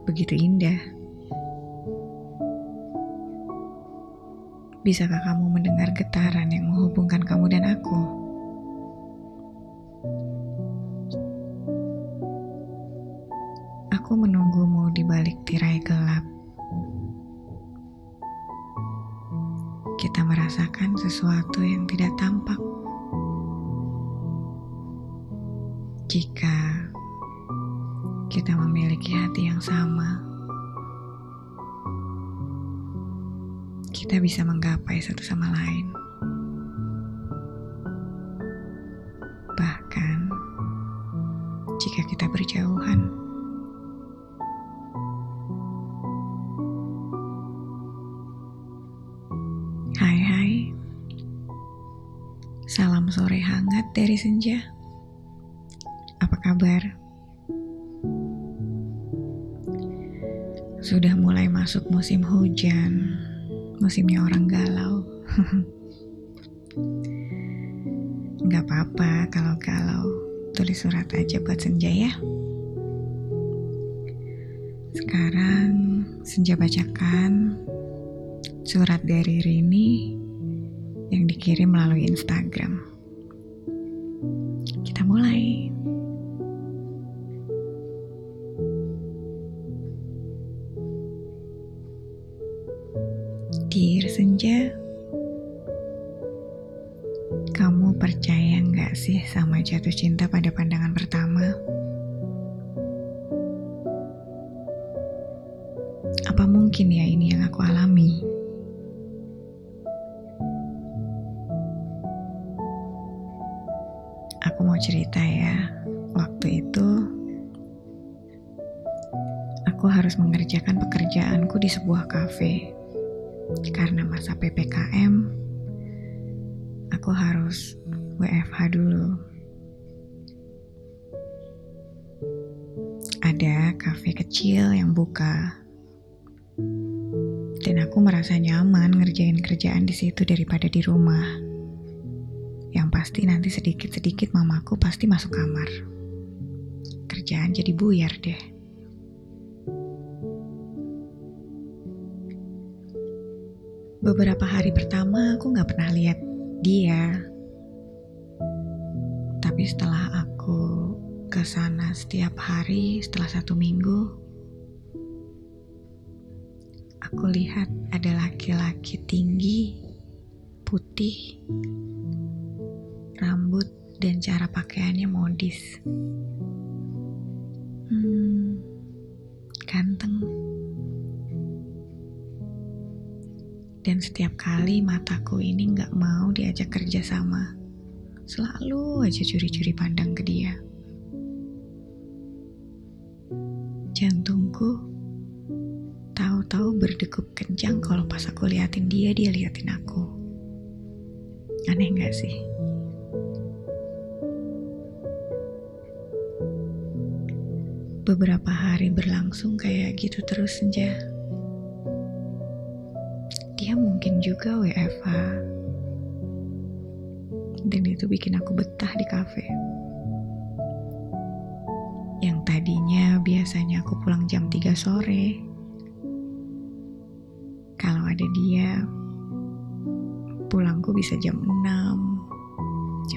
begitu indah. Bisakah kamu mendengar getaran yang menghubungkan kamu dan aku? Aku menunggumu di balik tirai gelap. Kita merasakan sesuatu yang tidak tampak. Jika kita memiliki hati yang sama, kita bisa menggapai satu sama lain. Bahkan jika kita berjauhan. Hai, salam sore hangat dari senja. Apa kabar? Sudah mulai masuk musim hujan, musimnya orang galau. Gak apa-apa kalau galau, tulis surat aja buat senja ya. Sekarang senja bacakan surat dari Rini yang dikirim melalui Instagram. Kita mulai. Dear Senja, kamu percaya gak sih sama jatuh cinta pada pandangan pertama? Apa mungkin ya ini yang aku alami? Aku mau cerita ya, waktu itu aku harus mengerjakan pekerjaanku di sebuah kafe. Karena masa PPKM, aku harus WFH dulu. Ada kafe kecil yang buka, dan aku merasa nyaman ngerjain kerjaan di situ daripada di rumah. Yang pasti nanti sedikit-sedikit mamaku pasti masuk kamar. Kerjaan jadi buyar deh. Beberapa hari pertama aku gak pernah lihat dia. Tapi setelah aku kesana setiap hari setelah 1 minggu, aku lihat ada laki-laki tinggi, putih, rambut dan cara pakaiannya modis. Ganteng. Dan setiap kali mataku ini gak mau diajak kerja sama, selalu aja curi-curi pandang ke dia. Jantungku tahu-tahu berdegup kencang kalau pas aku liatin dia liatin aku. Aneh gak sih? Beberapa hari berlangsung kayak gitu terus Senja. Dia mungkin juga WFH. Dan itu bikin aku betah di kafe. Yang tadinya biasanya aku pulang jam 3 sore. Kalau ada dia, pulangku bisa jam 6, jam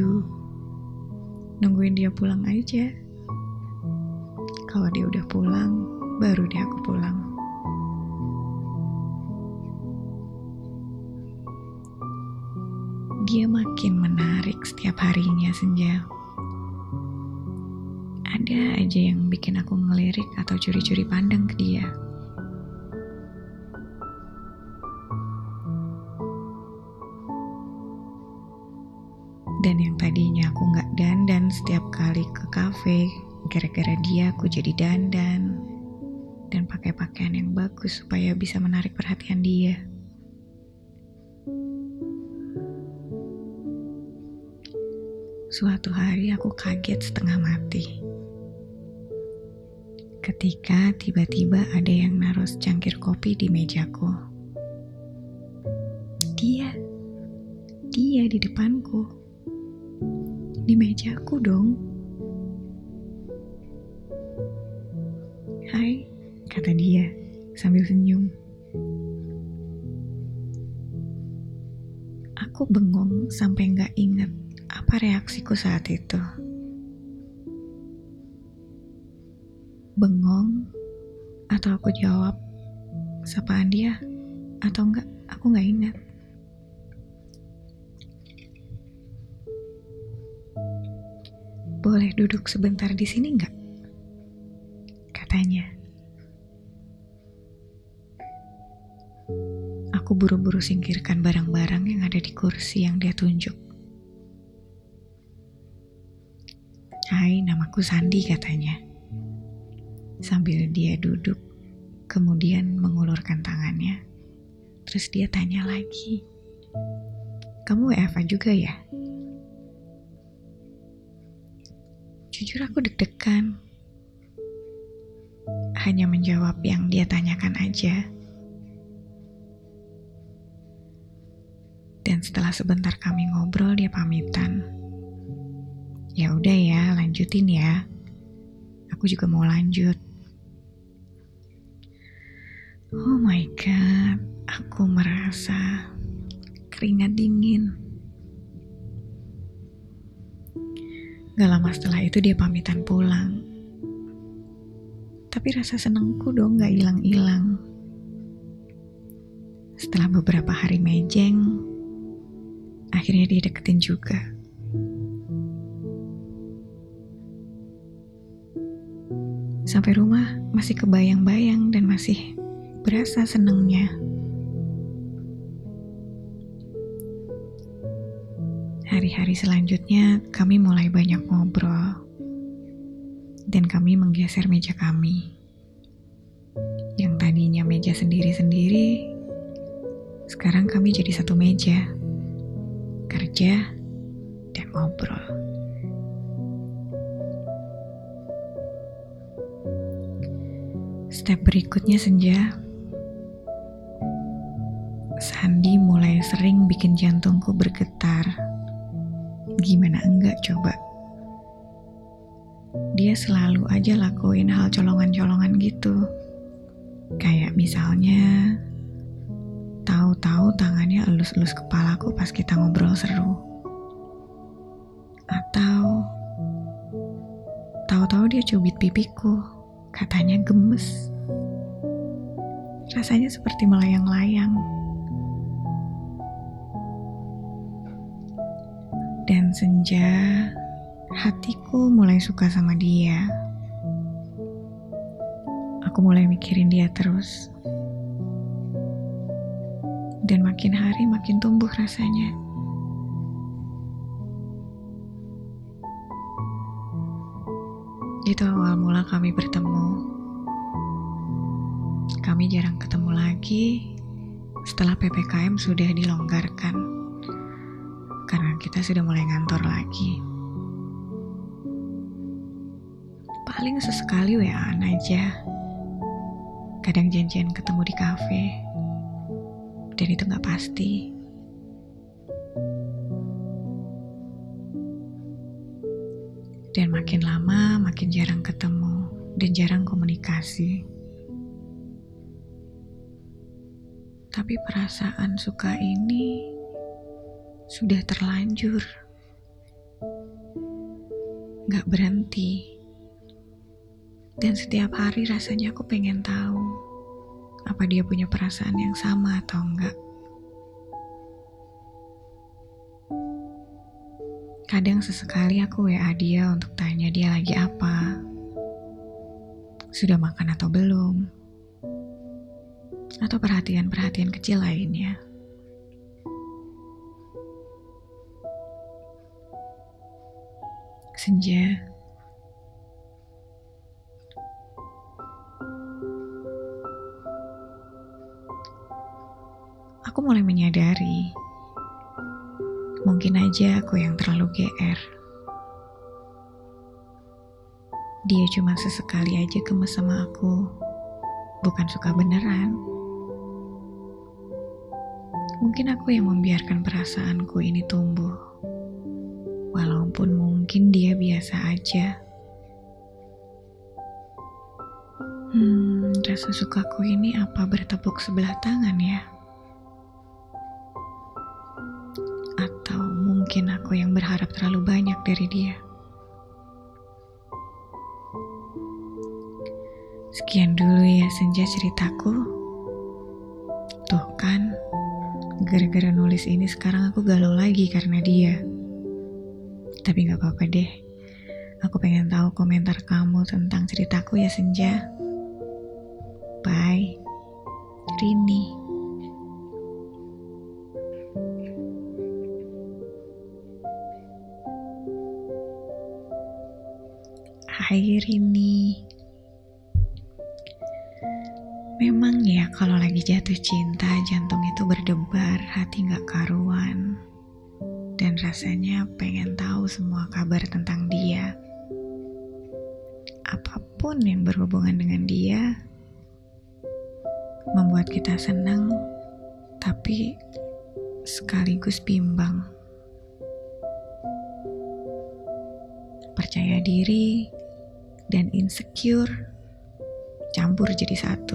7. Nungguin dia pulang aja. Kalau dia udah pulang, baru deh aku pulang. Dia makin menarik setiap harinya Senja. Ada aja yang bikin aku ngelirik atau curi-curi pandang ke dia. Dan yang tadinya aku gak dandan setiap kali ke kafe, gara-gara dia aku jadi dandan dan pakai pakaian yang bagus supaya bisa menarik perhatian dia. Suatu hari aku kaget setengah mati ketika tiba-tiba ada yang naruh secangkir kopi di mejaku. Dia di depanku, di mejaku dong. Hai, kata dia sambil senyum. Aku bengong sampai gak ingat apa reaksiku saat itu. Bengong atau aku jawab sapaan dia atau enggak, aku gak ingat. Boleh duduk sebentar di sini enggak? Katanya. Aku buru-buru singkirkan barang-barang yang ada di kursi yang dia tunjuk. Hai, namaku Sandi, katanya. Sambil dia duduk, kemudian mengulurkan tangannya. Terus dia tanya lagi, kamu WFH juga ya? Jujur aku deg-degan. Hanya menjawab yang dia tanyakan aja. Dan setelah sebentar kami ngobrol, dia pamitan. Ya udah ya, lanjutin ya. Aku juga mau lanjut. Oh my god, aku merasa keringat dingin. Gak lama setelah itu dia pamitan pulang. Tapi rasa senengku dong gak hilang-hilang. Setelah beberapa hari mejeng, akhirnya dia deketin juga. Sampai rumah masih kebayang-bayang dan masih berasa senengnya. Hari-hari selanjutnya kami mulai banyak ngobrol. Dan kami menggeser meja kami. Yang tadinya meja sendiri-sendiri, sekarang kami jadi satu meja. Kerja dan ngobrol. Step berikutnya senja. Sandi mulai sering bikin jantungku bergetar. Gimana enggak coba? Dia selalu aja lakuin hal colongan-colongan gitu. Kayak misalnya, tahu-tahu tangannya elus-elus kepalaku pas kita ngobrol seru. Atau tahu-tahu dia cubit pipiku, katanya gemes. Rasanya seperti melayang-layang. Dan senja, hatiku mulai suka sama dia. Aku mulai mikirin dia terus. Dan makin hari makin tumbuh rasanya. Itu awal mula kami bertemu. Kami jarang ketemu lagi setelah PPKM sudah dilonggarkan. Karena kita sudah mulai ngantor lagi. Paling sesekali WA-an aja. Kadang janjian ketemu di kafe. Dan itu gak pasti. Dan makin lama makin jarang ketemu. Dan jarang komunikasi. Tapi perasaan suka ini sudah terlanjur. Gak berhenti. Dan setiap hari rasanya aku pengen tahu apa dia punya perasaan yang sama atau enggak. Kadang sesekali aku WA dia untuk tanya dia lagi apa. Sudah makan atau belum. Atau perhatian-perhatian kecil lainnya. Senja. Aku mulai menyadari, mungkin aja aku yang terlalu GR. Dia cuma sesekali aja gemes sama aku, bukan suka beneran. Mungkin aku yang membiarkan perasaanku ini tumbuh, walaupun mungkin dia biasa aja. Rasa sukaku ini apa bertepuk sebelah tangan ya? Atau mungkin aku yang berharap terlalu banyak dari dia? Sekian dulu ya Senja ceritaku. Tuh kan, gara-gara nulis ini sekarang aku galau lagi karena dia. Tapi gak apa-apa deh. Aku pengen tahu komentar kamu tentang ceritaku ya Senja. Bye, Rini. Hai Rini. Memang ya kalau lagi jatuh cinta jantung itu berdebar, hati gak karuan. Dan rasanya pengen tahu semua kabar tentang dia. Apapun yang berhubungan dengan dia membuat kita senang, tapi sekaligus bimbang. Percaya diri dan insecure campur jadi satu.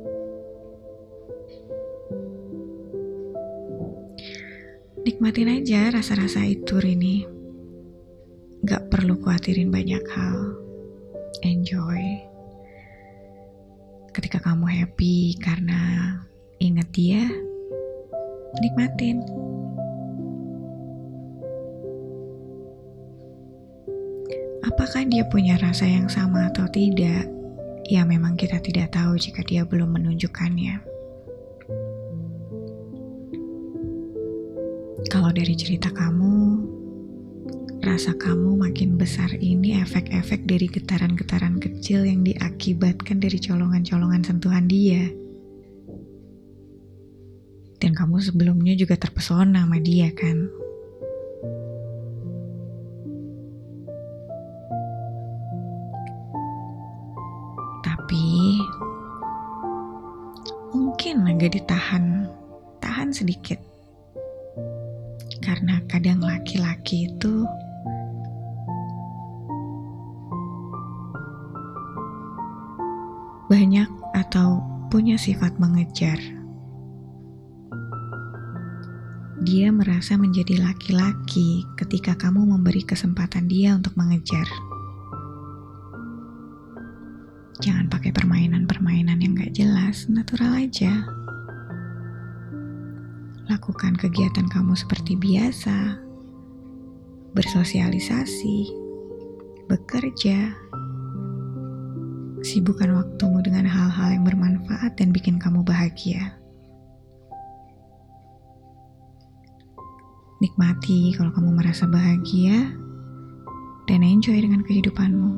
Nikmatin aja rasa-rasa itu Rini. Gak perlu khawatirin banyak hal. Enjoy. Ketika kamu happy karena inget dia, nikmatin. Apakah dia punya rasa yang sama atau tidak? Ya memang kita tidak tahu jika dia belum menunjukkannya. Kalau dari cerita kamu, rasa kamu makin besar ini efek-efek dari getaran-getaran kecil yang diakibatkan dari colongan-colongan sentuhan dia. Dan kamu sebelumnya juga terpesona sama dia kan? Tapi mungkin agak tahan sedikit. Karena kadang laki-laki itu banyak atau punya sifat mengejar. Dia merasa menjadi laki-laki ketika kamu memberi kesempatan dia untuk mengejar. Jangan pakai permainan-permainan yang gak jelas, natural aja. Lakukan kegiatan kamu seperti biasa, bersosialisasi, bekerja, sibukkan waktumu dengan hal-hal yang bermanfaat dan bikin kamu bahagia. Nikmati kalau kamu merasa bahagia dan enjoy dengan kehidupanmu.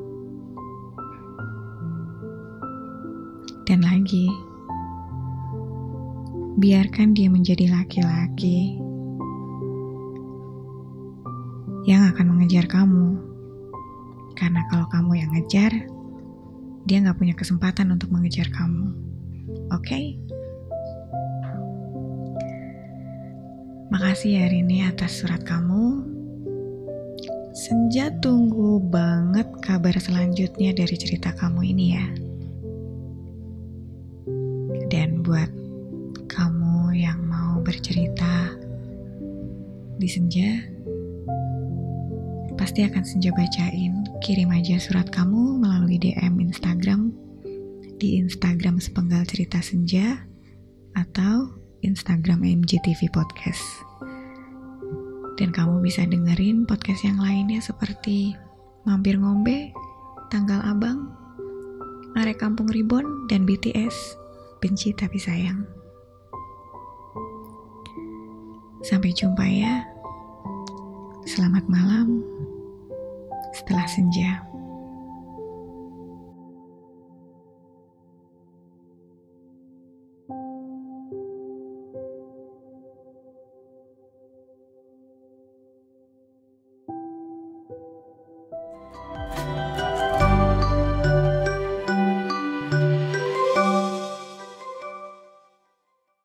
Dan lagi, biarkan dia menjadi laki-laki yang akan mengejar kamu. Karena kalau kamu yang ngejar, dia gak punya kesempatan untuk mengejar kamu. Oke? Makasih ya Rini atas surat kamu. Senja tunggu banget kabar selanjutnya dari cerita kamu ini ya. Dan buat kamu yang mau bercerita di Senja, pasti akan Senja bacain. Kirim aja surat kamu melalui DM Instagram di Instagram Sepenggal Cerita Senja atau Instagram MJTV Podcast. Dan kamu bisa dengerin podcast yang lainnya seperti Mampir Ngombe, Tanggal Abang, Arek Kampung Ribon, dan BTS, Benci Tapi Sayang. Sampai jumpa ya. Selamat malam setelah senja.